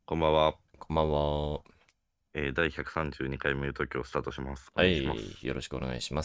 こんばんは。 こんばんは。 第132回目東京スタートします。おは願いします。 い、よろしくお願いします。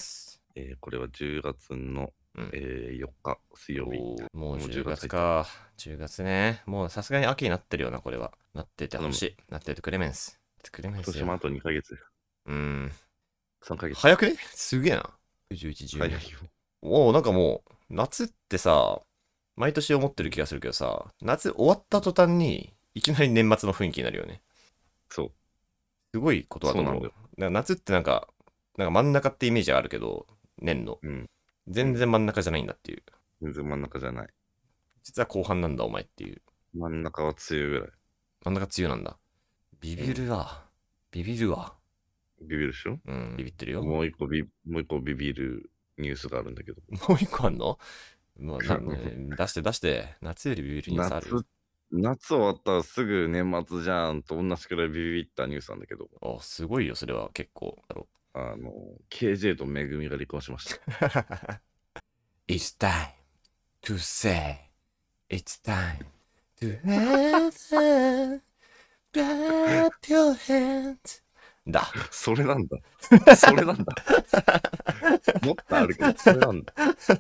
これは10月の、 うん。 4日水曜日。 もうもう10 10 月入った。 月か。10月ね。もうさすがに秋になってるよな、これは。なってて頼む。 ほしい。なっててくれメンス。クレメンスよ。 今年もあと2ヶ月。3ヶ月。 早くねすげえな。11、12。 早いよ。 おお、なんかもう、夏ってさ、毎年思ってる気がするけどさ、夏終わった途端に、いきなり年末の雰囲気になるよね。 そう。 すごいことだと思う。 そうなんだよ。 夏ってなんか真ん中ってイメージがあるけど、年の。 うん。う全ん。 然真ん中じゃないんだっていう。 全然真ん中じゃない。 実は後半なんだお前っていう。 真ん中は梅雨ぐらい。 真ん中梅雨なんだ。ビビうん。 るわ。ビビるわ。 ビビるでしょ。 うん、ビビってるよ。 もう一個ビビるニュースがあるんだけど。 もう一個あんの？もう出して出して。夏よりビビるニュースある？ 夏終わったらすぐ年末じゃんと同じくらいビビったニュースなんだけど。 あ、すごいよ、それは結構。だろ KJ とめぐみが離婚しました。 It's time to say It's time to answer Clap your hands だ。 それなんだ。それなんだ。もっとあるけど、それなんだ。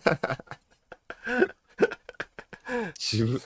渋。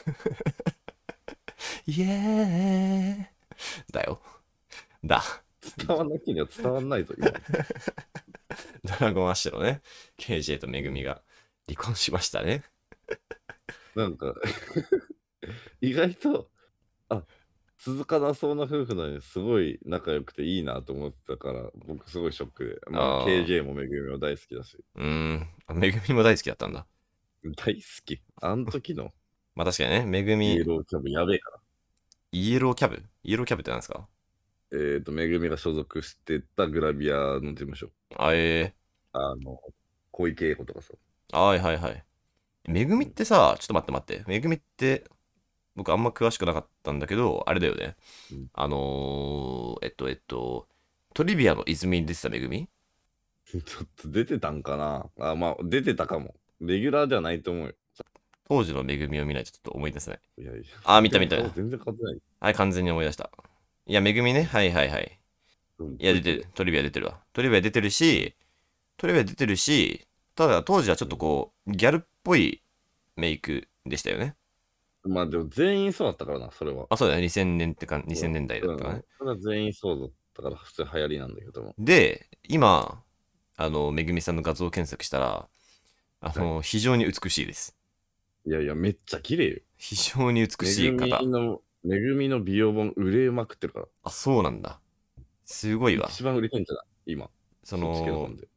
イエーイだよ。だ。 伝わんなきゃ伝わんないぞ、今。 ドラゴンアッシュのね、KJ とめぐみが離婚しましたね。 なんか意外と、あ、続かなそうな夫婦なのにすごい仲良くていいなと思ってたから、僕すごいショックで。まあ、 ああ、 KJ もめぐみも大好きだし。 めぐみも大好きだったんだ。 大好き。あの時のまあ確かにね、めぐみ、 イエローキャブやべえから。 イエローキャブってなんですか？ めぐみが所属してたグラビアの事務所。 あ、 あの、小池栄子とかさ。 はいはいはい。めぐみっうん。 てさ、ちょっと待って待って。めぐみって、僕あんま詳しくなかったんだけど、あれだよね。 うん。 トリビアの泉に出てためぐみ。 ちょっと出てたんかなあ、まあ、出てたかも。レギュラーではないと思うよ。 当時のめぐみを見ないとちょっと思い出せない。 いやいや、 あー、見でた見た。 も顔全然変わってない。 はい、完全に思い出した。いや、めぐみね。 うん。 はいはいはい。 すっいや、出てる。 ごい綺麗。 トリビア出てるわ。トリビア出てるうん。 し、トリビア出てるし、ただ当時はちょっうん。 とこう、ギャルっぽいメイクでしたよね。 まあでも全員そうだったからな、それは。 あ、そうだね。2000年ってか、2000 うん。 年代だったかね。 それは全員そうだったから普通流行りなんだけども。 で、今、めぐみさんの画像検索したら、 はい。 非常に美しいです。 いやいや、めっちゃ綺麗よ。 非常に美しい方。 めぐみの美容本売れまくってるから。 あ、そうなんだ。すごいわ。 一番売れてんじゃない今。 そそっち系のの、 本で。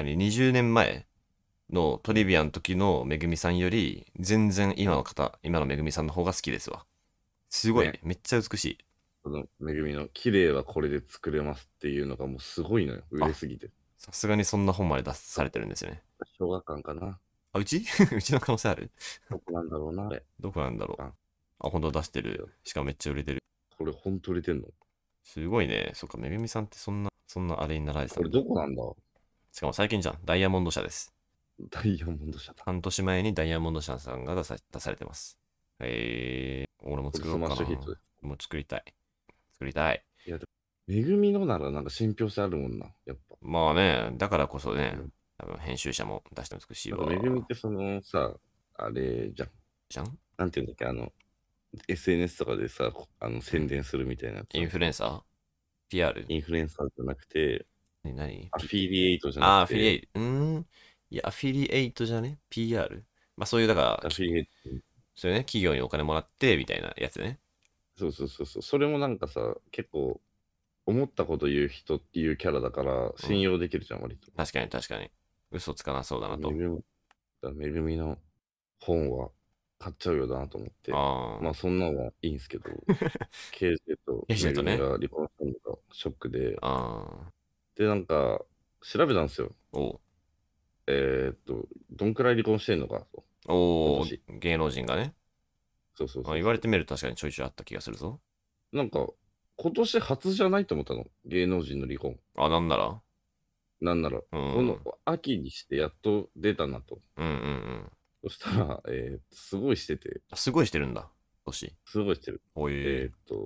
20年前のトうん。 リビアの時のめぐみさんより、全然今のめぐみさんの方が好きですわ。すごいね。 ね。めっちゃ美しい。 そのめぐみの綺麗はこれで作れますっていうのがもうすごいのよ。売れあ、 すぎて。 さすがにそんな本まで出されてるんですよね。 小学館かな。 あ、うちうちの可能性ある？ どこなんだろうな、あれ。 どこなんだろあ、 う。あ、本当出してる。 いや、 しかもめっちゃ売れてる。 これほんと売れてんの？ すごいね。そっか、めぐみさんってそんなあれになられてたこれんだ。 どこなんだ？ しかも最近じゃん。ダイヤモンド社です。 ダイヤモンド社だ。 半年前にダイヤモンド社さんが出されてます。俺もこれスマッ作ろうかな。 シュヒットです。 もう作りたい。作りたい。 いや、でもめぐみのならなんか信憑性あるもんな、やっぱ。 まあね、だからこそね、 うん。 多分編集者も出して美しいなんかめぐみっわ。 てそのさ、あれじゃん。 じゃん。 なんていうんだっけ、SNS とかでさ、 うん。 宣伝するみたいなやつインさ。 フルエンサー？ PR？ インフルエンサーじゃなくて、 何？ アフィリエイトじゃなあー、 くて、 アフィリエイト。いや、アフィリエイトじゃね？ PR？ まあそういう、だから、 アフィリエイト、 そういうね、企業にお金もらって、みたいなやつね。 そうそうそうそう、それもなんかさ、結構思ったこと言う人っていうキャラだからうん。 信用できるじゃん、割と。 確かに確かに。嘘つかなそうだなと。 めぐみ、めぐみの本は買っちゃうよなと思って。 あまあそんなのはいいんすけど、ケイジとー。エージェめぐみントね。 が離婚したのがショックで、 あで、なんか調べたんですよ。 ー。 どんくらい離婚してんのかと、今おー、 年。 芸能人がね。 そうそうあ、 そうそう。 言われてみると確かにちょいちょいあった気がするぞ。 なんか、今年初じゃないと思ったの。芸能人の離婚。 あ、なんなら。 なんなら、 うこのん。 秋にしてやっと出たなと。 うんうんうん。 そしたら、すごいしてて、 あ、すごいしてるんだ。年。 すごいしてる。 おい。 えーっと、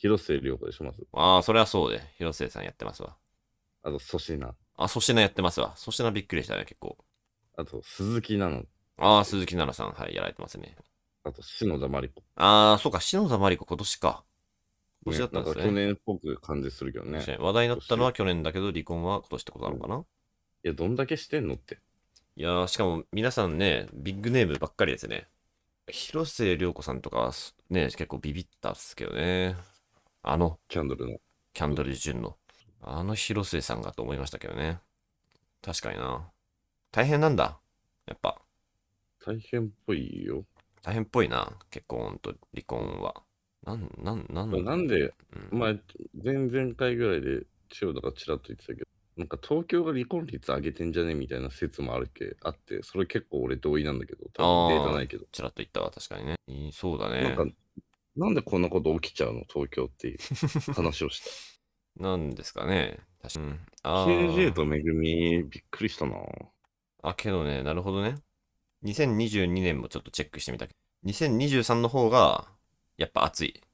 広末涼子でしょ、まず。 ああ、それはそうで。広末さんやってますわ。 あと、粗品。 あ、粗品やってますわ。粗品びっくりしたね、結構。 あと、鈴木奈々。 ああ、鈴木奈々さん、はい、やられてますね。 あと、篠田麻里子。 ああ、そうか、篠田麻里子今年か。今年だね、 ったんですね。 なんか去年っぽく感じするけどね。 確かに話題になったのは去年だけど、離婚は今年ってことなのかな、 いや、どんだけしてんのって。 いやー、しかも皆さんね、ビッグネームばっかりですね。広末涼子さんとかはね、結構ビビったっすけどね。あの、 キャンドルの。 キャンドル・ジュンの。あの広末さんがと思いましたけどね。確かにな。大変なんだ。やっぱ。 大変っぽいよ。 大変っぽいな。結婚と離婚は。 なんで、 うん。 まあ、前々回ぐらいで千代田がちらっと言ってたけど、なんか東京が離婚率上げてんじゃねみたいな説もあって、それ結構俺同意なんだけど、多分データああ、 ないけど。 ちらっと言ったわ。確かにね。そうだね。 なんか、なんでこんなこと起きちゃうの東京っていう話をした。 なんですかね。確かに。 KJ とめぐみ、びっくりしたな。 けどね、なるほどね。2022年もちょっとチェックしてみたけど、2023の方が、やっぱ熱い。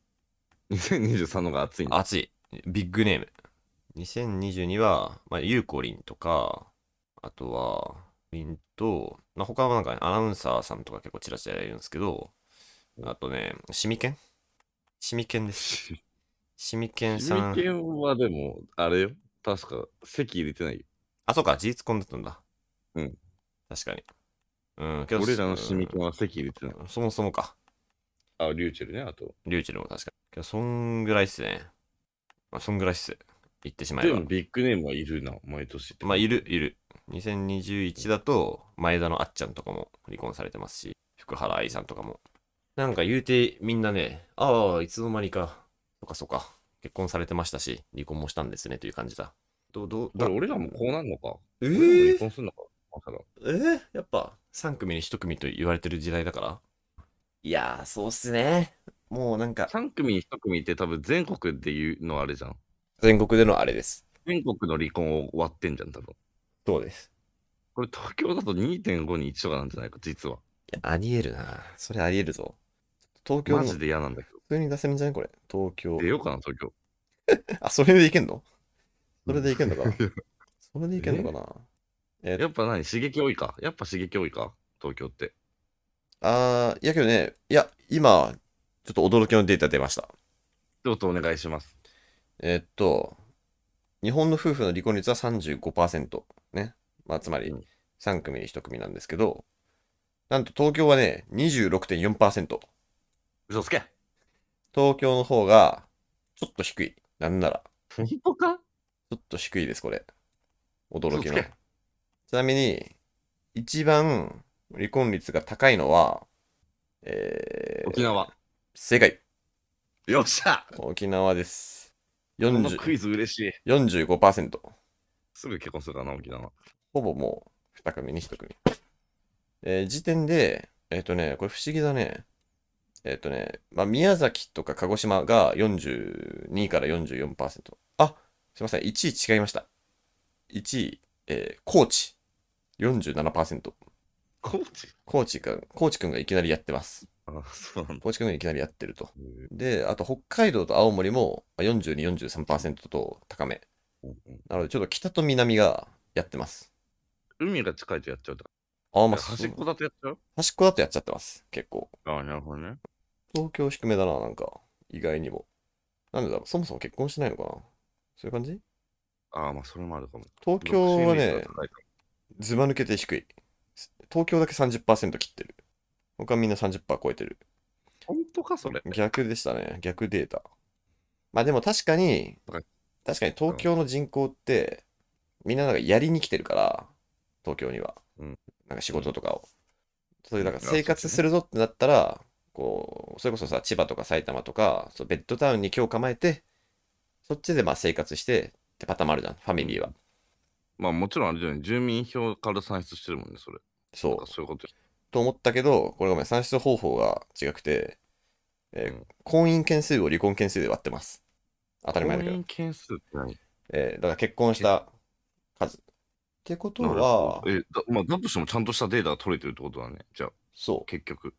2023のが暑いんだ。 熱い。ビッグネーム。2022は、まあ、ゆうこりんとか、あとは、りんと、まあ、他はなんか、ね、アナウンサーさんとか結構ちらちらいるんですけど、あとね、シミケンシミケンです。シミケンシミさん。 ケンはでも、あれよ。確か、席入れてないよ。 あ、そうか、事実婚だったんだ。 うん。 確かに。うん、けど、 俺らのシミケンは席入れてない。 そもそもか。 あ、リューチェルね、あと。 リューチェルも確かに。けど、そんぐらいっすね。まあ、そんぐらいっす。言ってしまえば。 でもビッグネームはいるな、毎年ってまあ、 感じ。 いる。2021だと、前田のあっちゃんとかも離婚されてますし、福原愛さんとかも。なんか言うてみんなね、ああ、いつの間にか、そうか。結婚されてましたし、離婚もしたんですねという感じだ。 これ俺らもこうなんのか。 え俺らも離ー、 婚すんのか。まさか。 やっぱ3組に1組と言われてる時代だから。いやー、そうっすね。もうなんか、 3組に1組って多分全国で言うのあれじゃん。 全国でのあれです。 全国の離婚を割ってんじゃん、多分。 そうです。 これ東京だと2.5に1とかなんじゃないか、実は。 いや、ありえるな。それありえるぞ。東京の、 マジで嫌なんだけど。 普通に出せるんじゃないこれ。東京。 出ようかな、東京。 あ、それでいけんのそれうんでいけんのかなそれでいけんのかえなえ、 やっぱ何刺激多いかやっぱ刺激多いか東京って。 いやけどね、いや、今、ちょっと驚きのデータ出ました。 ちょっとお願いします。 えっと、日本の夫婦の離婚率は35%。ね。まあ、つまりうん。 3組に1組なんですけど、なんと東京はね、26.4%。 嘘つけ東京の方が、ちょっと低い。なんなら。 本当かちょっと低いです、これ。驚きの。 嘘つけちなみに、一番離婚率が高いのは、 沖縄。 正解。 よっしゃ沖縄です。 この 40、 クイズ嬉しい。 45%。 すぐ結婚するかな、沖縄。 ほぼもう2組に1組。時点で、これ不思議だね。まあ、宮崎とか鹿児島が42から44%。あ、すいません。1位違いました。1位、高知47%。 高知高知くんがいきなりやってます。 あ、そうなんだ。 高知くんがいきなりやってると。 へえで、あと北海道と青森も42、43%と高め。 うんうん、 なのでちょっと北と南がやってます。 海が近いとやっちゃうとか。 あ、まあ、 端っこだとやっちゃう端っこだとやっちゃってます。結構。 あなるほどね。 東京低めだな、なんか。意外にも。なんでだろう、そもそも結婚してないのかなそういう感じああ、まあそれもあるかも。 東独身率が京はね、 高いかずば抜けて低い。東京だけ30%切ってる。他みんな30%超えてる。 本当か、それ。 逆でしたね。逆データ。まあでも高い確かに東うん京の人口って、みんななんかやりに来てるから、東京には。 うんなんか仕事とかを。そういうなんかうんあ生活そっちねするぞってなったら、こう、それこそさ、千葉とか埼玉とか、そうベッドタウンに今日構えて、そっちでまあ生活してってパターンもあるじゃん、ファミリーは。 まあもちろんあれじゃない、住民票から算出してるもんね、それ。なんそう。 かそういうこと。 と思ったけど、これごめん、算出方法が違くて、 うん。 婚姻件数を離婚件数で割ってます。当たり前だけど。 婚姻件数って何だから結婚した数。ってことなるほど。 は、 まあだとしてもちゃんとしたデータが取れてるってことだね。じゃあ、 そう。 結局。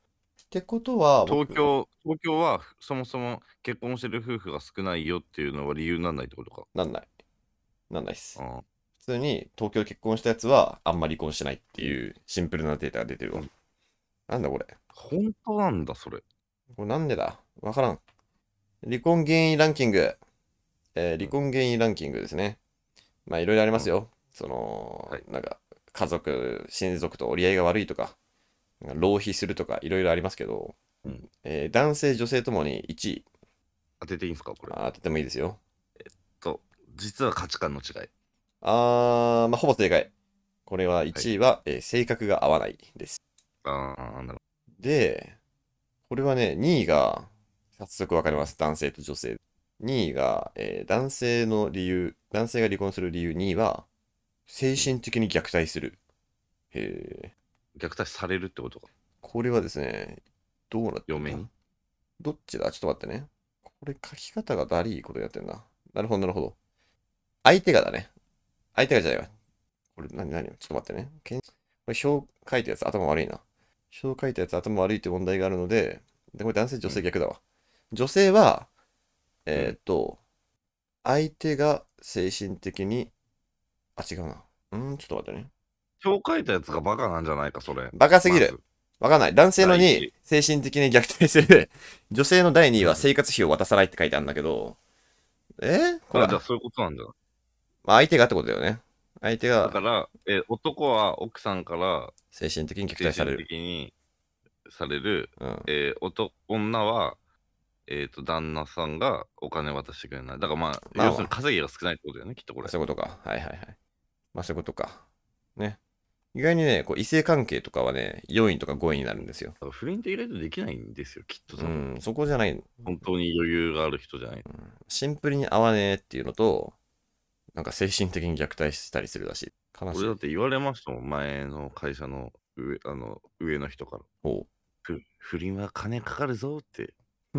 てことは、僕、 東京はそもそも結婚してる夫婦が少ないよっていうのは理由にならないってことか。 なんない。なんないっす。 ああ、 普通に東京で結婚したやつはあんま離婚してないってうん、 いうシンプルなデータが出てるわ。 うん。 なんだこれ。 本当なんだ、それ。 これなんでだわからん。離婚原因ランキング。 うん、 離婚原因ランキングですね。まあいろいろありうん。 ますよ。その、 はい。 なんか、家族、親族と折り合いが悪いとか、浪費するとかいろいろありますけど、 うん。 男性、女性ともに1位。 当てていいんですか、これ。 当ててもいいですよ。 と、実は価値観の違い。 まあほぼ正解。これははい。 1位は、性格が合わないです。 ああ、なるで、これはね、2位が、早速わかります。男性と女性。2位が、男性の理由、男性が離婚する理由2位は、精ほど。 神的に虐待する。へえ。 虐待されるってことか。 これはですね、どうなってんだ？ 嫁に。 どっちだ？ちょっと待ってね。これ書き方がだりーことやってんな。なるほど、なるほど。相手がだね。相手がじゃないわ。これ何ちょっと待ってね。これ表書いたやつ頭悪いな。表書いたやつ頭悪いって問題があるので、これ男性、女うん。 性逆だわ。女性は、 うん。 相手が精神的に、違うな。ちょっと待ってね。 今日書いたやつがバカなんじゃないか、それ。 バカすぎる。 まず、 わかんない。男性のに第一。 精神的に虐待する。女性の第2位はうん。 生活費を渡さないって書いてあるんだけど、これ、 あ、じゃあそういうことなんだ。 まあ、相手がってことだよね。相手がだから、男は奥さんから精神的に虐精神待される。 的にされる。 うん。 女は、旦那さんがお金渡してくれない。だからまあ、 まあまあ、 要するに稼ぎが少ないってことだよね、きっとこれ。 そういうことか。はいはいはい。まあそういうことか。ね。意外にね、こう異性関係とかはね、4位とか5位になるんですよ。 だから不倫って意外とできないんですよ、きっと多分。 うん、そこじゃない。 本当に余裕がある人じゃない。 シンプルに合わねえっていうのと、なんか精神的に虐待したりするらしい。悲しい。 俺だって言われましたもん、前の会社の上の人から。 ほう。 不倫は金かかるぞって、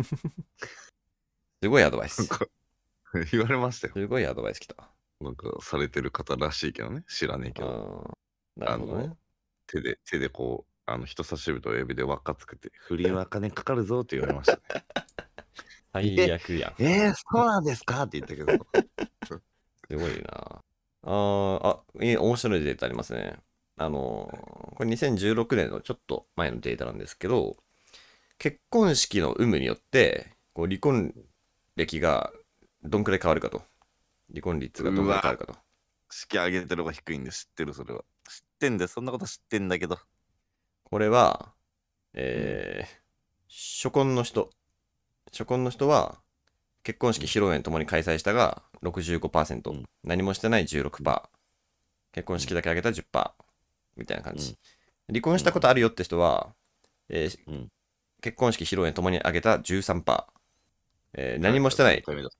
すごいアドバイス。 なんか言われましたよ。 すごいアドバイスきた。 なんかされてる方らしいけどね、知らねえけど。 あなるあの、 ほどね。 手でこう、人差し指と親指で輪っか作って、不倫は金かかるぞって言われましたね。 最悪やん。 そうなんですかって言ったけど。 すごいな。面白いデータありますね。これ2016年のちょっと前のデータなんですけど、結婚式の有無によって、こう離婚歴がどんくらい変わるかと。離婚率がどんうわ、 くらい変わるかと。 式上げてる方が低いんで知ってる、それは。知ってんだよ、そんなこと知ってんだけど。 これは、 うん、 初婚の人。初婚の人は、結婚式、 うん、 披露宴ともに開催したが65%、 うん、 何もしてないうん、 16%、結婚うん、 式だけ挙げた10%、みたいな感じ。 うん、 離婚したことうん、 あるよって人は、えーうん。 結婚式、披露宴ともに挙げた13%、何もしてない何回目だ。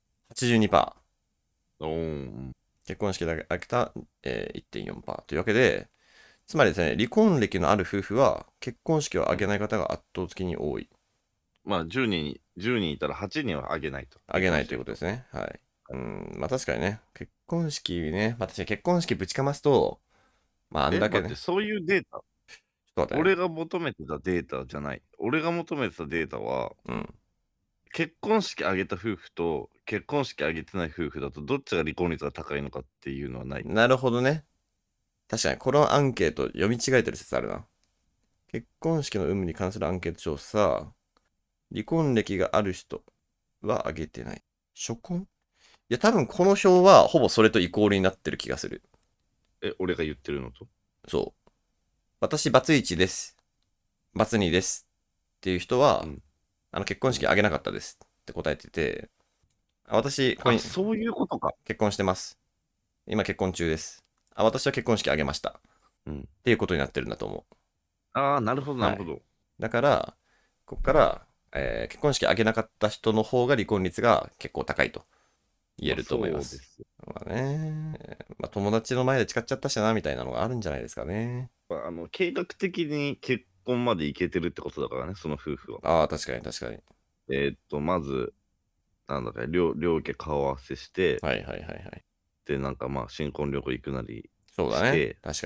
82%、 おー、 結婚式だけ挙げた、1.4%というわけで、つまりですね、離婚歴のある夫婦は結婚式を挙げない方が圧倒的に多い。 まあ、10人いたら8人はあげないと。 挙げないということと。 ですね。はい。まあ確かにね、結婚式ね、まあ確かに結婚式ぶちかますと、まああんだけ待って、 ね、 そういうデータ、 ちょっと待ってね。 俺が求めてたデータじゃない。俺が求めてたデータは、 うん。 結婚式挙げた夫婦と結婚式挙げてない夫婦だとどっちが離婚率が高いのかっていうのはない。 なるほどね。確かに、このアンケート読み違えてる説あるな。結婚式の有無に関するアンケート調査、離婚歴がある人は挙げてない。初婚いや、多分この表はほぼそれとイコールになってる気がする。 俺が言ってるのと。 そう。私、バツイチです。バツ2ですっていう人は、 うん。 結婚うん。 式挙げなかったですって答えてて、私、ここあ、 にそういうことか。 結婚してます。今結婚中です。私は結婚式挙げました。っうん。 ていうことになってるんだと思ああ、なるほど、 う。はい。 なるほど。 だから、ここから、結婚式挙げなかった人の方が離婚率が結構高いと言えまあ、 ると思います。 そうです。 まあね、まあ、友達の前で誓っちゃったしな、みたいなのがあるんじゃないですかね。 まあ、計画的に結婚までいけてるってことだからね、その夫婦は。 ああ、確かに確かに。 まず、なんだか、両家顔合わせして、 はいはいはいはい。 で、なんかまあ、新婚旅行行くなりそうだね。 して、 確かに。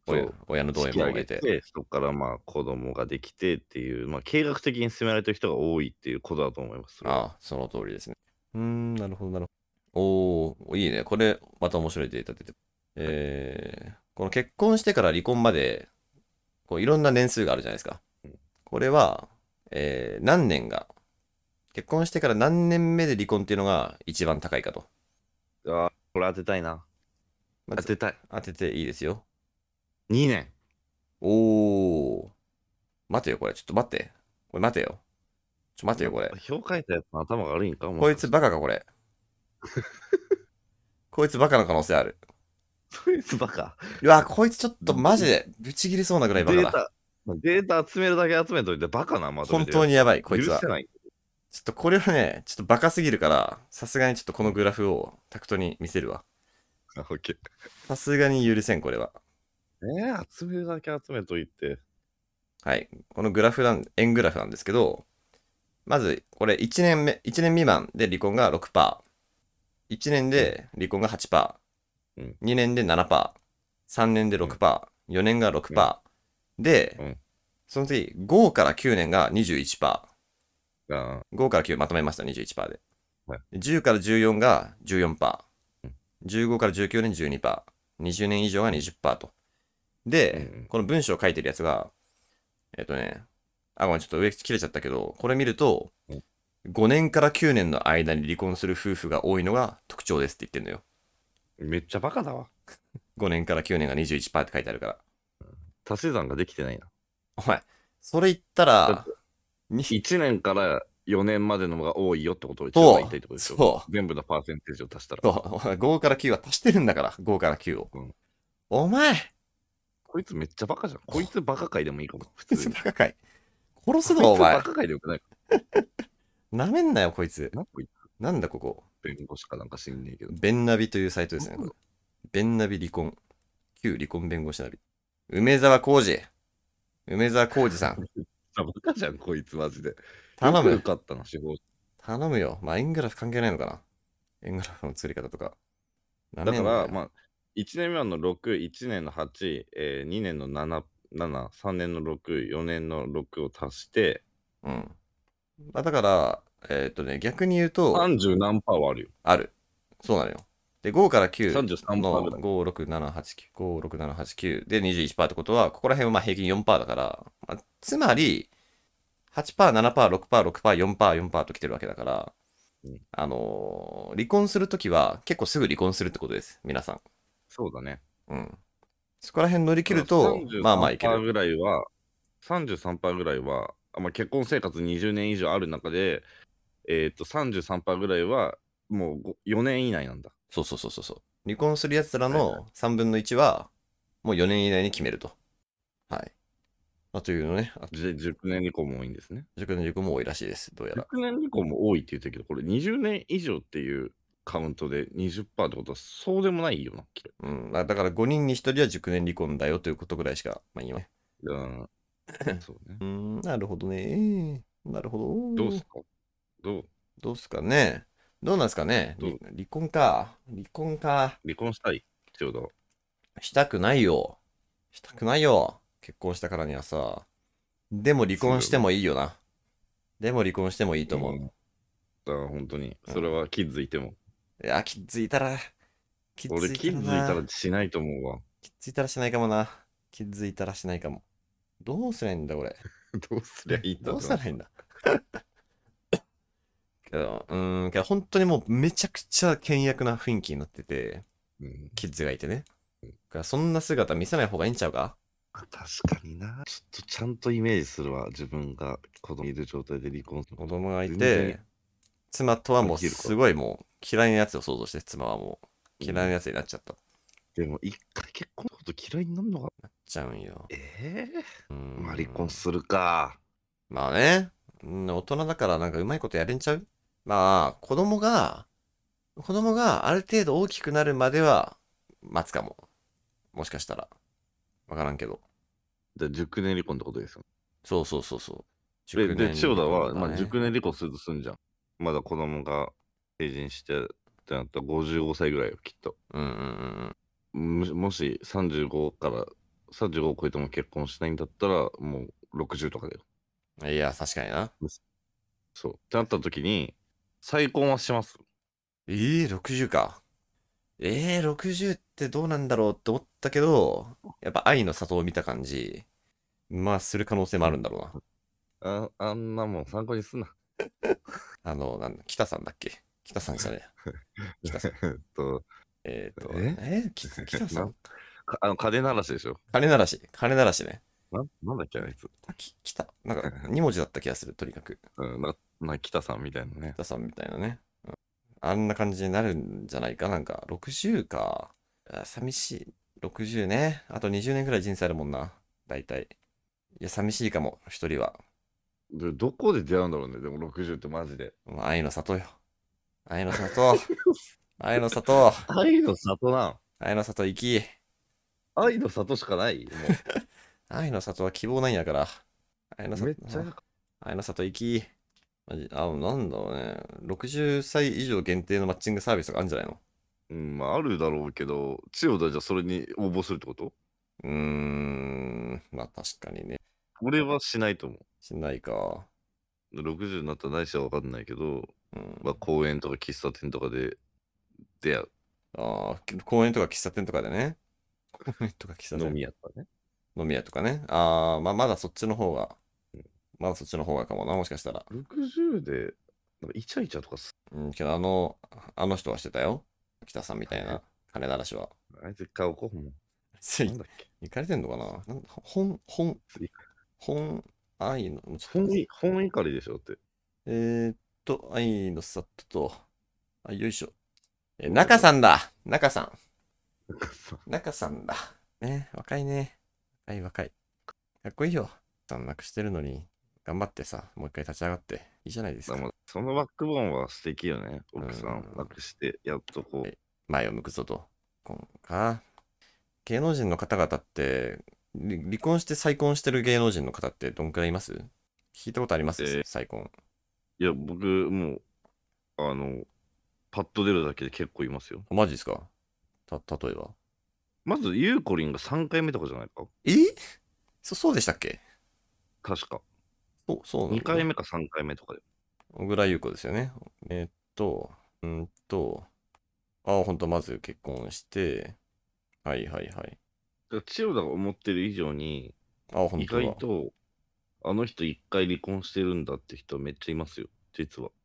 親の同意式上げも得て。 て、そこからまあ子供ができてっていう、まあ計画的に進められてる人が多いっていうことだと思います。それはああ、その通りですね。なるほど、なるほど。おー、いいね。これ、また面白いデータ出て。この結婚してから離婚まで、こういろんな年数があるじゃないですか。 うんこれは、何年が、結婚してから何年目で離婚っていうのが一番高いかと。 これ当てたいな。 まず当てたい。 当てていいですよ。 2年。 おー。待てよ、これ。ちょっと待って。これ待てよ。待てよ、これ。 表書いたやつの頭が悪いんかこいつバカか、これ。こいつバカの可能性ある。 そいつバカ。 うわ、こいつちょっとマジでブチ切りそうなぐらいバカだ。 データ集めるだけ集めといてバカな、まとめ本て当にやばい、こいつは。ちょ許せない。 っとこれはね、ちょっとバカすぎるから、さすがにちょっとこのグラフをタクトに見せるわ。 オッケー。 さすがに許せん、これは。 集めるだけ集めといて。 はい。このグラフ円グラフなんですけど、まず、これ1年目、1年未満で離婚が6%。1年で離婚が8%。 うん 2年で7%。3年で6%。4年が6%。で、 うんその次、5から9年が21%。 あ 5から9まとめました、21%で。 はい 10から14が14%。 うん 15から19年12%。20年以上が20%と。で、 うんこの文章を書いてるやつが、ごめん、ちょっと上切れちゃったけど、これ見ると、 うん 5年から9年の間に離婚する夫婦が多いのが特徴ですって言ってんのよ。 めっちゃバカだわ。 5年から9年が21%って書いてあるから。 足し算ができてないな。 お前、それ言っただらっ、1年から4年までのが多いよってことを一そう番言いたいってことでしょ。 そう全部のパーセンテージを足したら。 そう、5から9は足してるんだから、5から9を。 うんお前、 こいつめっちゃバカじゃん。こいつバカ界でもいいかも。普こいつ通に。 バカかい。殺すぞ、 こお前。 いつバカ界でよくないか。 なめんなよ、こいつ。 なんかこいつなんだ、ここ。 弁護士かなんか知んねえけど。 ベンナビというサイトですね、これ。ベンナビ離婚。旧離婚弁護士ナビ。梅沢浩二。梅沢浩二さん。 バカじゃん、こいつマジで。 頼むよかったな、司法。 頼むよ。まあ、円グラフ関係ないのかな。円グラフの作り方とか。なめんなよだから、まあ、1年目の6、1年の8、2年の7、3年の6、4年の6を足して、 うん。まあ、だから、逆に言うと、 30何パーはあるよ。 ある。そうなのよ。で、5から9 33% のぐらい。 5、6、7、8、9、5、6、7、8、9で21%ってことは、ここら辺はまあ平均4%だから、まあ、つまり、8%、7%、6%、6%、4%、4%と来てるわけだから、 うん離婚するときは結構すぐ離婚するってことです。皆さん。 そうだね。 うん。そこら辺乗り切ると、まあまあいけ 33% る。 ぐらいは、33%ぐらいは、まあ、結婚生活20年以上ある中で、33%ぐらいは、もう4年以内なんだ。 そうそうそうそうそう。離婚するやつらはいはの3分の1は、もう4年以内に決めると。はい。まあ、というのね、 熟年離婚も多いんですね。 熟年離婚も多いらしいです。どうやら。 熟年離婚も多いって言ってるけど、これ20年以上っていうカウントで 20% ってことはそうでもないよな、きっと。 うん。だから5人に1人は熟年離婚だよということぐらいしか、まあいいよね。 うん。そうね。 なるほどね。なるほど。 どうすかどうすかね。どうなんすかね。 どう離婚か。離婚か。 離婚したいちょうど。 したくないよ。したくないよ。結婚したからにはさ。でも離婚してもいいよな。でも離婚してもいいと思う。 だから本当に、それはキッズいても。 いや、キッズいたら、 俺、キッズいたらしないと思うわ。 キッズいたらしないかもな。キッズいたらしないかも。どうすりゃいいんだ、これ。 どうすりゃいいんだどうすりゃいいんだ。けど本当にもうめちゃくちゃ険悪な雰囲気になってて、 うんキッズがいてね。だからそんな姿見せない方がいいんちゃうか？ 確かにな。ちょっとちゃんとイメージするわ。自分が子供いる状態で離婚する。 子供がい全て然、 妻とはもう起きるかすごいもう嫌いなやつを想像して、妻はもう嫌いなやつになっちゃった。 でも、一回結婚のこと嫌いになるのかなっちゃうんよ。 まあ離婚するか。 まあね、大人だからなんかうまいことやれんちゃう？まあ、子供がある程度大きくなるまでは待つかも。もしかしたら。わからんけど。 で、熟年離婚ってことですよ。 そうそうそうそう。 で、千代田は、 離婚だねまあ、熟年離婚するとすんじゃん。まだ子供が成人してってなったら55歳ぐらいよ、きっと。 うんうんうんもし35から 35を超えても結婚しないんだったら、もう60とかだよ。 いや、確かにな。 そう。ってなった時に、再婚はします。 60か。60ってどうなんだろうって思ったけど、やっぱ愛の里を見た感じ、まあ、する可能性もあるんだろうな。 あんなもん参考にすんな。 なんだ、北さんだっけ？北さんじゃねえ。北さん。 えっと、え北さん。 金鳴らしでしょ。 金鳴らし。金鳴らしね。 なんだっけ、あいつ。 なんか、2文字だった気がする、とにかく。 うん、北さんみたいなね。 北さんみたいなね。あんな感じになるんじゃないか。なんか、60か。寂しい。60ね。あと20年くらい人生あるもんな。大体。いや、寂しいかも、一人は。 どこで出会うんだろうね、でも60ってマジで。 愛の里よ。愛の里。愛の里。 愛の里なん愛の里行き。 愛の里しかないも愛の里は希望なんやから。愛のう。め里、 っちゃ、 愛の里行き。マジ、なんだろうね。60歳以上限定のマッチングサービスとかあるんじゃないの？ うん、まああるだろうけど、千代田じゃそれに応募するってこと？ まあ確かにね。 俺はしないと思しないか。 う。60になったらないしは分かんないけど、 うん。 まあ公園とか喫茶店とかで出会う。 公園とか喫茶店とかでね。公園とか喫茶飲店。 み屋とかね。 飲み屋とかね。まあまだそっちの方が、まだそっちの方がかもな、もしかしたら。 60で、なんかイチャイチャとかうん、けどあの人はしてたよ。北さんみたいな金鳴らしは。 あいつ買おうこもう。 つい、 なんだっけ行かれてんのかな本、愛の、ちょっと、 本怒りでしょって。 愛の里と、よいしょ。中さんだ。中さん。中さんだ。ね、若いね。若い。かっこいいよ。さんなくしてるのに、頑張ってさ、もう一回立ち上がって、いいじゃないですか。 そのバックボーンは素敵よね。 うん奥さんなくして、やっとこう。 前を向くぞと。芸能人の方々って、離婚して再婚してる芸能人の方ってどんくらいいます？聞いたことあります、再婚。 いや、僕、もう、あの、パッと出るだけで結構いますよ。 マジですか？例えば。 まず、ゆうこりんが3回目とかじゃないか？ そうでしたっけ？ 確か。 そうなの？ 2回目か3回目とかで。 小倉優子ですよね。えーっと、うんと、ほんと、まず結婚して、はいはいはい。 だから千代田が思ってる以上に、意本当だ。 外と、あの人1回離婚してるんだって人めっちゃいますよ、実は。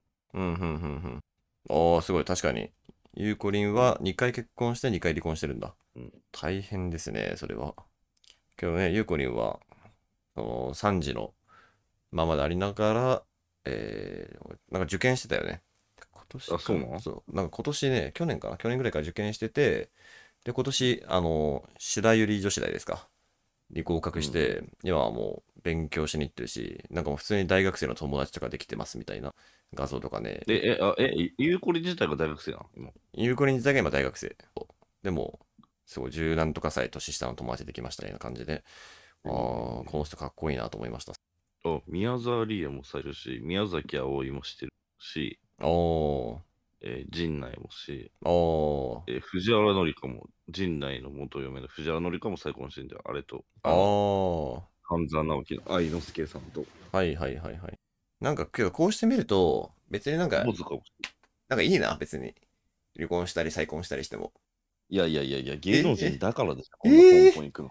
すごい、確かに。ゆうこりんは2回結婚して2回離婚してるんだ。 うん。 大変ですね、それは。けどね、ゆうこりんは、その3児のままでありながら、なんか受験してたよね。今年かそうなの？ そう、なんか今年ね、去年ぐらいから受験してて、で、今年、白百合女子大ですか。に合格しうんて、今はもう勉強しに行ってるし、なんかもう普通に大学生の友達とかできてますみたいな画像とかね。 ゆうこりん自体が大学生なの今。 ゆうこりん自体が今大学生。でも、すごい十何とか歳年下の友達できましたみたいな感じで、この人かっこいいなと思いました。 宮沢りえもされるし、宮崎あおいもしてるし、 おー、 陣内もし、 おー、 藤原紀香も、陣内の元嫁の藤原紀香も再婚してんじゃん。あれと、半沢直樹の愛之助さんと。 はいはいはいはい。なんか、けどこうしてみると、別になんか、 ボズかも。 なんかいいな、別に。離婚したり再婚したりしても。 いやいやいやいや、芸能人だからでしょ、 えこんなポンポン行くの。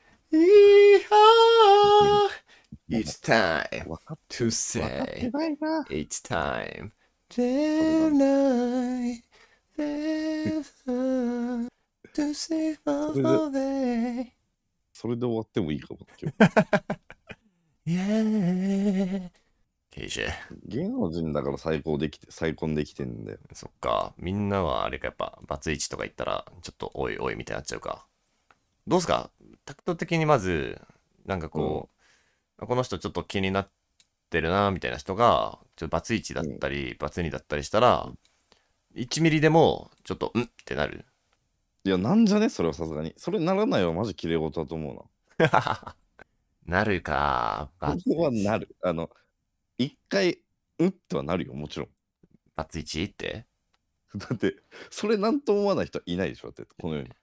It's time 分かっ to て say ないな。 It's time Daylight There's time to say それで far away それで終わってもいいかも、今日。 Yeah ケイジェ芸能人だから再婚できてんだよ。 そっか。みんなはあれかやっぱ、バツイチとか言ったら、ちょっとおいおいみたいになっちゃうか。どうすか？タクト的にまず、なんかこう、この人ちょっと気になってるなみたいな人が、ちょっとバツイチだったり、バツ2だったりしたら、1ミリでも、ちょっと、ってなる。 いや、なんじゃねそれはさすがに。それならないはマジ綺麗事だと思うな。 なるか。 これはなる。一回、ってはなるよ、もちろん。 バツイチってだって、それなんとも思わない人はいないでしょ、だって、この世に。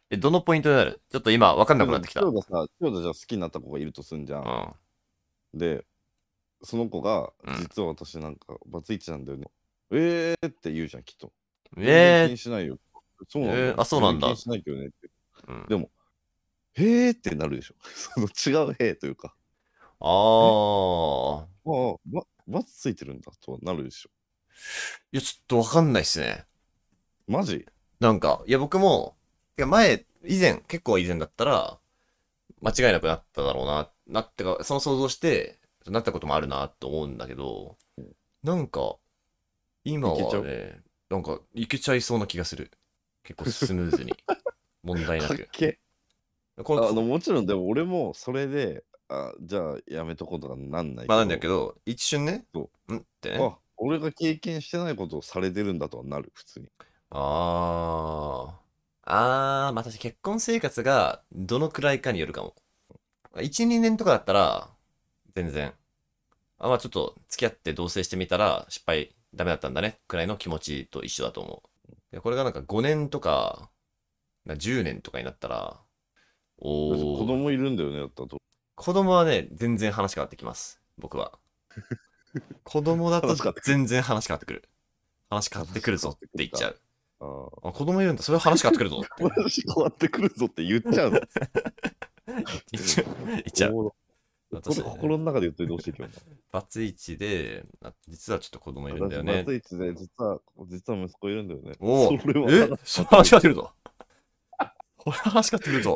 どのポイントになる？ちょっと今分かんなくなってきた。 今日がさ、今日がじゃあ好きになった子がいるとすんじゃん。で、その子が、実は私なんか、バツイチなんだよね。って言うじゃん、きっと。全然気にしないよ。そうなんだよ、ね。 あ、そうなんだ。 全然気にしないけどねって。でも、へーってなるでしょ。その違うへーというか。 ああ、バツついてるんだとはなるでしょ。 いや、ちょっとわかんないっすね。 マジ？ なんか、いや、僕も、結構以前だったら、間違いなくなっただろうなってか、その想像して、なったこともあるなと思うんだけど、なんか、今はね、なんか、いけちゃいそうな気がする。結構スムーズに。問題なく。 もちろん、でも俺もそれで、じゃあやめとこうとかなんないけど。 まあなんだけど、一瞬ね、ってね。 俺が経験してないことをされてるんだとはなる、普通に。 まあ私結婚生活がどのくらいかによるかも。1、2年とかだったら、全然。まあちょっと付き合って同棲してみたら失敗ダメだったんだねくらいの気持ちと一緒だと思う。これがなんか5年とか、10年とかになったら、 子供いるんだよね、だったと。 子供はね、全然話変わってきます。僕は。子供だと全然話変わってくる。話変わってくるぞって言っちゃう。子供いるんだ、それは話変わってくるぞって。 話変わってくるぞって言っちゃうの。 言っちゃう。 私、心の中で言っといてほしいけどな。 バツイチで、実はちょっと子供いるんだよね。 バツイチで、実は息子いるんだよね。 それ話変わってくるぞ。これ話変わってくるぞ。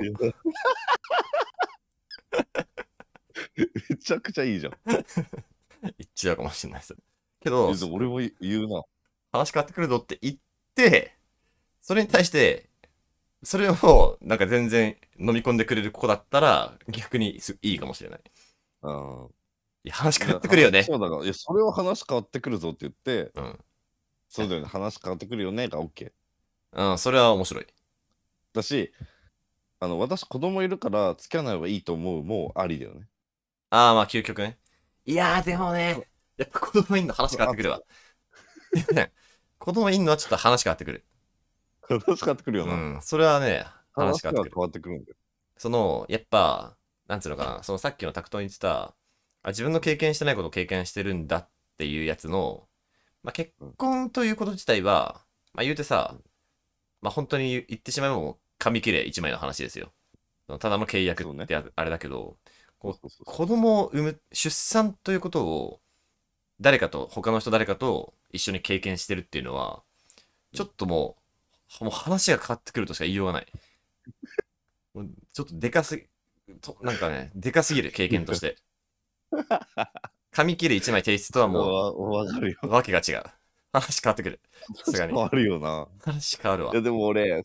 めちゃくちゃいいじゃん。 言っちゃうかもしれないです。けど、 俺も言うな。 話変わってくるぞって言って、それに対して、それをなんか全然飲み込んでくれる子だったら逆にいいかもしれない。いや、話変わってくるよね。 そうだから、それを話変わってくるぞって言って、そうだよね、話変わってくるよねが OK。 それは面白い。 だし、私子供いるから付き合わない方がいいと思うもうありだよね。 まあ究極ね。いやでもね、やっぱ子供いんの話変わってくるわ。子供いんのはちょっと話変わってくる。 話変わってくるよな。 それはね、話変わってくるんだよ。やっぱ、なんつうのかな、さっきのタクトに言ってた、自分の経験してないことを経験してるんだっていうやつの、結婚ということ自体は、言うてさ、本当に言ってしまえばもう紙切れ一枚の話ですよ。ただの契約ってあれだけど、子供を産む、出産ということを、他の人誰かと一緒に経験してるっていうのは、ちょっともう話が変わってくるとしか言いようがない。ちょっとでかすぎ、なんかね、でかすぎる経験として。紙切れ1枚提出とはもう、わけが違う。話変わってくる。さすがに。 変わるよな。 話変わるわ。 いやでも俺、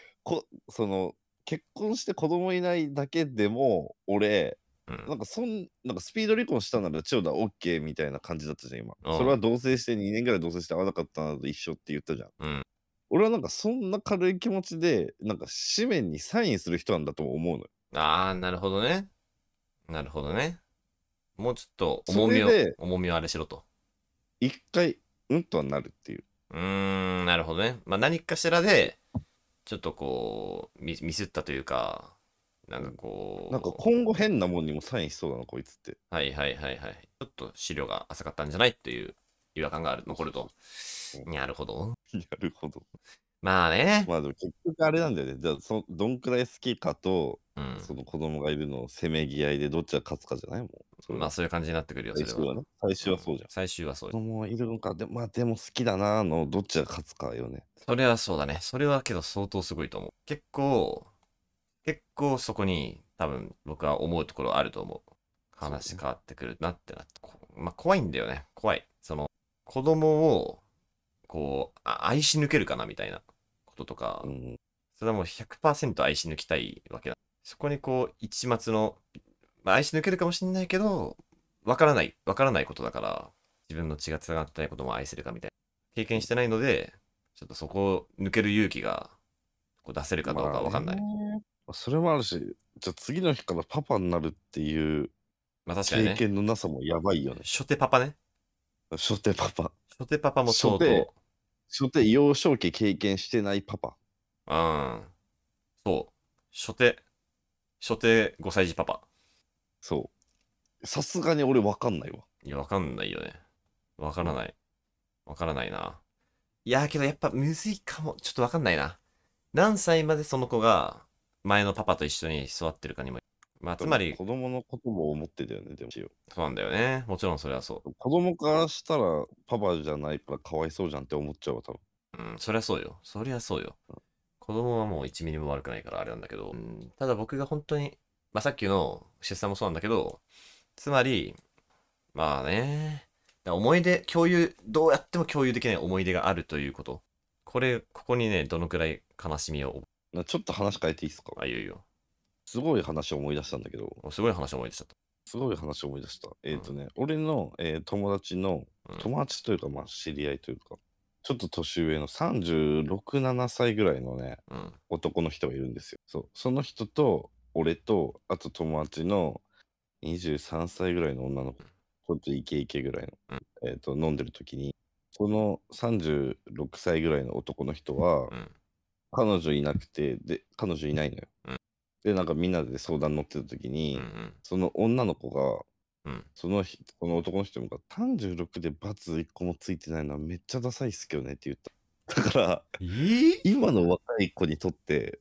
結婚して子供いないだけでも、俺、なんかスピード離婚したなら千代田 OK みたいな感じだったじゃん、今。それは同棲して2年ぐらい同棲して会わなかったなと一緒って言ったじゃん。俺はなんかそんな軽い気持ちで、なんか紙面にサインする人なんだと思うのよ。 なるほどね。なるほどね。もうちょっと重みをあれしろと。 一回、とはなるっていう。 なるほどね。何かしらで、ちょっとこう、ミスったというか、なんか今後変なもんにもサインしそうだな、こいつって。 はい。ちょっと資料が浅かったんじゃないっていう違和感が残ると。なるほど。 なるほど。 まあね。 でも結局あれなんだよね。じゃあ、どんくらい好きかと、その子供がいるのをせめぎ合いでどっちが勝つかじゃないもん。 そういう感じになってくるよ、 最終はね。最終はそうじゃん。 最終はそう。 子供いるのか、でも好きだなの、どっちが勝つかよね。 それはそうだね。それはけど相当すごいと思う。結構そこに多分僕は思うところあると思う。話変わってくるなって怖いんだよね。怖い。子供を、愛し抜けるかなみたいなこととか、それはもう 100% 愛し抜きたいわけだ。そこに一末の、愛し抜けるかもしれないけど、わからないことだから、自分の血が繋がってないことも愛せるかみたいな。経験してないので、ちょっとそこを抜ける勇気が出せるかどうかわかんない。 それもあるし、じゃあ次の日からパパになるっていう経験のなさもやばいよね。 初手パパね。 初手パパ。 初手パパも相当。 初手幼少期経験してないパパ。 そう。 初手5歳児パパ。 そう。さすがに俺わかんないわ。 いや、わかんないよね。わからない。わからないな。いや、けどやっぱむずいかも。ちょっとわかんないな。何歳までその子が前のパパと一緒に座ってるかにも。まあ、つまり、 子供のことも思ってたよね、でも。 そうなんだよね。もちろんそれはそ子供からしたらパパじゃないからかわいそうじゃんって思っちゃうわ、多分。 う。うん、そりゃそうよ。そりゃそうよ。子供はもう1ミリも悪くないからあれなんだけど、ただ僕が本当に、まあ、さっきの出産もそうなんだけど、つまり、まあね、思い出、どうやっても共有できない思い出があるということ。ここにね、どのくらい悲しみを、 ちょっと話変えていいですか？ あ、言うよ。 すごい話を思い出したんだけど、 すごい話思い出しちゃった。 すごい話を思い出した。俺の、友達の、 うん。 友達というか、まあ、知り合いというか、ちょっと年上の36、7歳ぐらいのね、 うん。 男の人がいるんですよ。そう。その人と、俺と、あと友達の23歳ぐらいの女の子、ちょっとイケイケぐらいうん。 の、飲んでる時に、その36歳ぐらいの男の人は、 うん。 彼女いなくて、で、彼女いないのよ。 うん。 で、なんかみんなで相談乗ってた時うん。うに、 ん。 その女の子が、 うん。 その男の人が36でバツ1個もついてないのはめっちゃダサいっすけどねって言った。だから、今の若い子にとって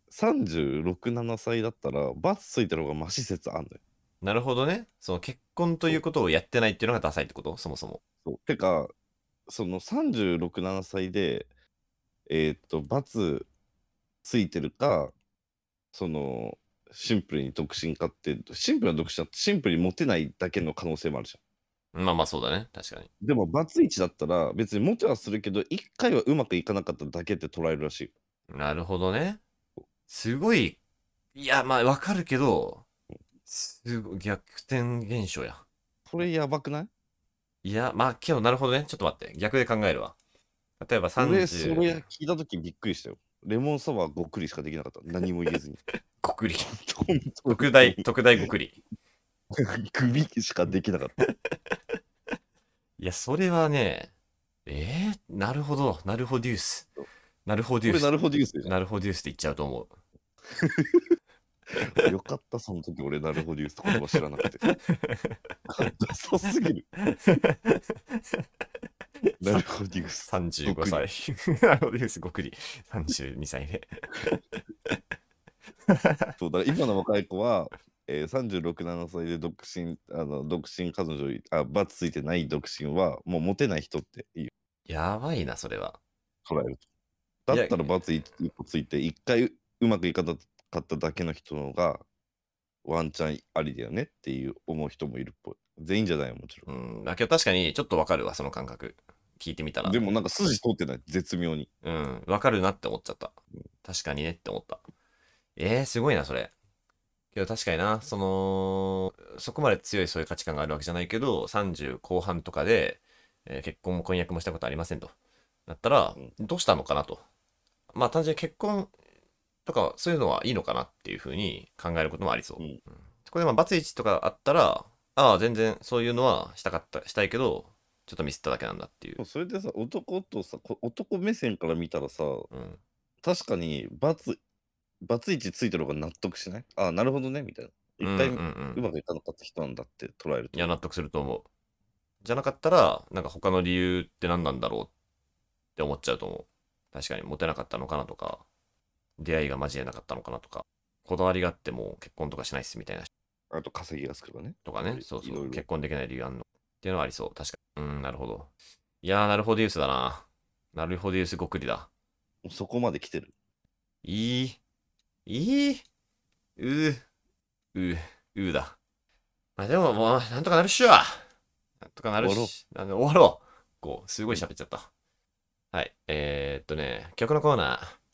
36、7歳だったらバツついてる方がマシ説あんのよ。 なるほどね。その結婚とそういうことをやってないっていうのがダサいってことそもそも。 そう。てか、その36、7歳で、バツついてるか、その、シンプルに独身かって、シンプルな独身だってシンプルにモテないだけの可能性もあるじゃまあまあそうだね。確かに。 ん。でも、バツイチだったら、別にモテはするけど、1回はうまくいかなかっただけって捉えるらしいよ。 なるほどね。すごい、いや、まあわかるけど、すごい逆転現象や。 これやばくない？ いや、まあけどなるほどね。ちょっと待って。逆で考えるわ。例えば俺、そ 30、 れ聞いたときびっくりしたよ。レモンサワーごっくりしかできなかった。何も言えずに。 ごくり。 本当に特大ごくり。 首しかできなかった。 いや、それはね、なるほど。なるほどデュース。なるほどデュース。 これなるほどユースじなるほどデュースって言っちゃうと思う。 ゃん。よかった、その時俺なるほどユースって言葉知らなくて。ダサすぎる。なるほどユース。 35 ごっくり歳。なるほどデュースごくり。32歳で。 そうだから今の若い子は、36、7歳で独身彼女バツついてない独身は、もうモテない人っていいよ、 やばいな、それは。 捉えると。 いや、 だったらバツ1個ついて、1回うまくいかなかっただけの人のが、ワンチャンありだよねっていう思う人もいるっぽい。全員じゃないよ、もちろうん。だけど確かにちょっとわかるわ、その感覚。聞いてみたん。 ら。 でもなんか筋通ってない、絶妙に。 うん。わかるなって思っちゃった。確かにねって思った。すごいな、それ。けど確かにな、そこまで強いそういう価値観があるわけじゃないけど、30後半とかで、結婚も婚約もしたことありませんと。だったら、 うん。 どうしたのかなと。まあ単純に結婚とかそういうのはいいのかなっていうふうに考えることもありそう。 うん。 そこでまあバツイチとかあったら、ああ、全然そういうのはしたいけど、ちょっとミスっただけなんだっていう。 それでさ、男目線から見たらさ、 うん。 確かにバツイチついてる方が納得しない？ああ、なるほどね、みたいな。 うんうんう一回ん。 うまくいかなかった人なんだって捉えると。 いや、納得すると思う。じゃなかったら、なんか他の理由って何なんだろうって思っちゃうと思う。確かにモテなかったのかなとか、出会いが交えなかったのかなとか、こだわりがあっても結婚とかしないっすみたいな人あと稼ぎがつくかね。 とかね、そうそう、 いろいろ。 結婚できない理由あんのっていうのはありそう。確かに。なるほど。いやー、なるほどユースだな。なるほどユースごくりだ。 そこまで来てる。 いい、いい、うー、うー、うーだ。まあでももう、なんとかなるっしょ。なんとかなる終わろう。 し、終わろう。こう、すごい喋っちゃった。はい。曲のコーナー。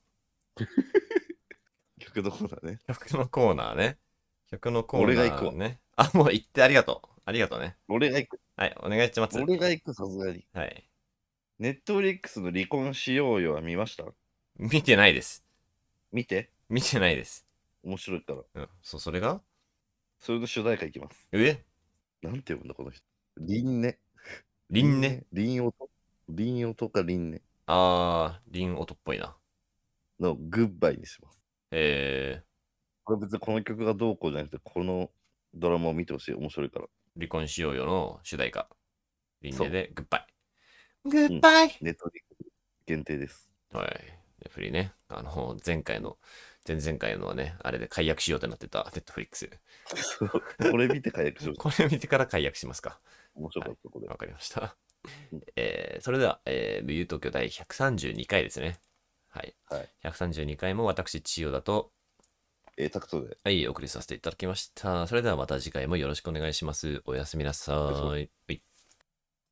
曲どこだね。 曲のコーナーね。曲のコー俺が行くわ。 ナーね。あ、もう言ってありがとう。ありがとうね。 俺が行く。 はい、お願いします。 俺が行く、さすがに。 はい。 ネットフリックスの離婚しようよは見ました？ 見てないです。 見て。 見てないです。 面白いから。 うん、それがそれの主題歌いきます。 えなんて読むんだ、この人。リンネ。 リンね。 リン音。リン音かリンネあー、リン音っぽいな。 のグッバイにします。 えこれ別にこの曲がどうこうじゃなくて、このドラマを見てほしい。面白いから。 離婚しようよの主題歌。リンネでグッバイ。グうん。 ッバイ。 ネットリ限定です。 はい。ネフリね。前回の、前々回のはね、あれで解約しようってなってた、ネットフリックス。 これ見て解約しよう。 これを見てから解約しますか。 面白かった、これ。 わかりました。 うんそれでは、武勇東京第132回ですね。はい。 はい。 132回も私、千代田と、 タクトで。 はい、お送りさせていただきました。それではまた次回もよろしくお願いします。おやすみなさい。はい。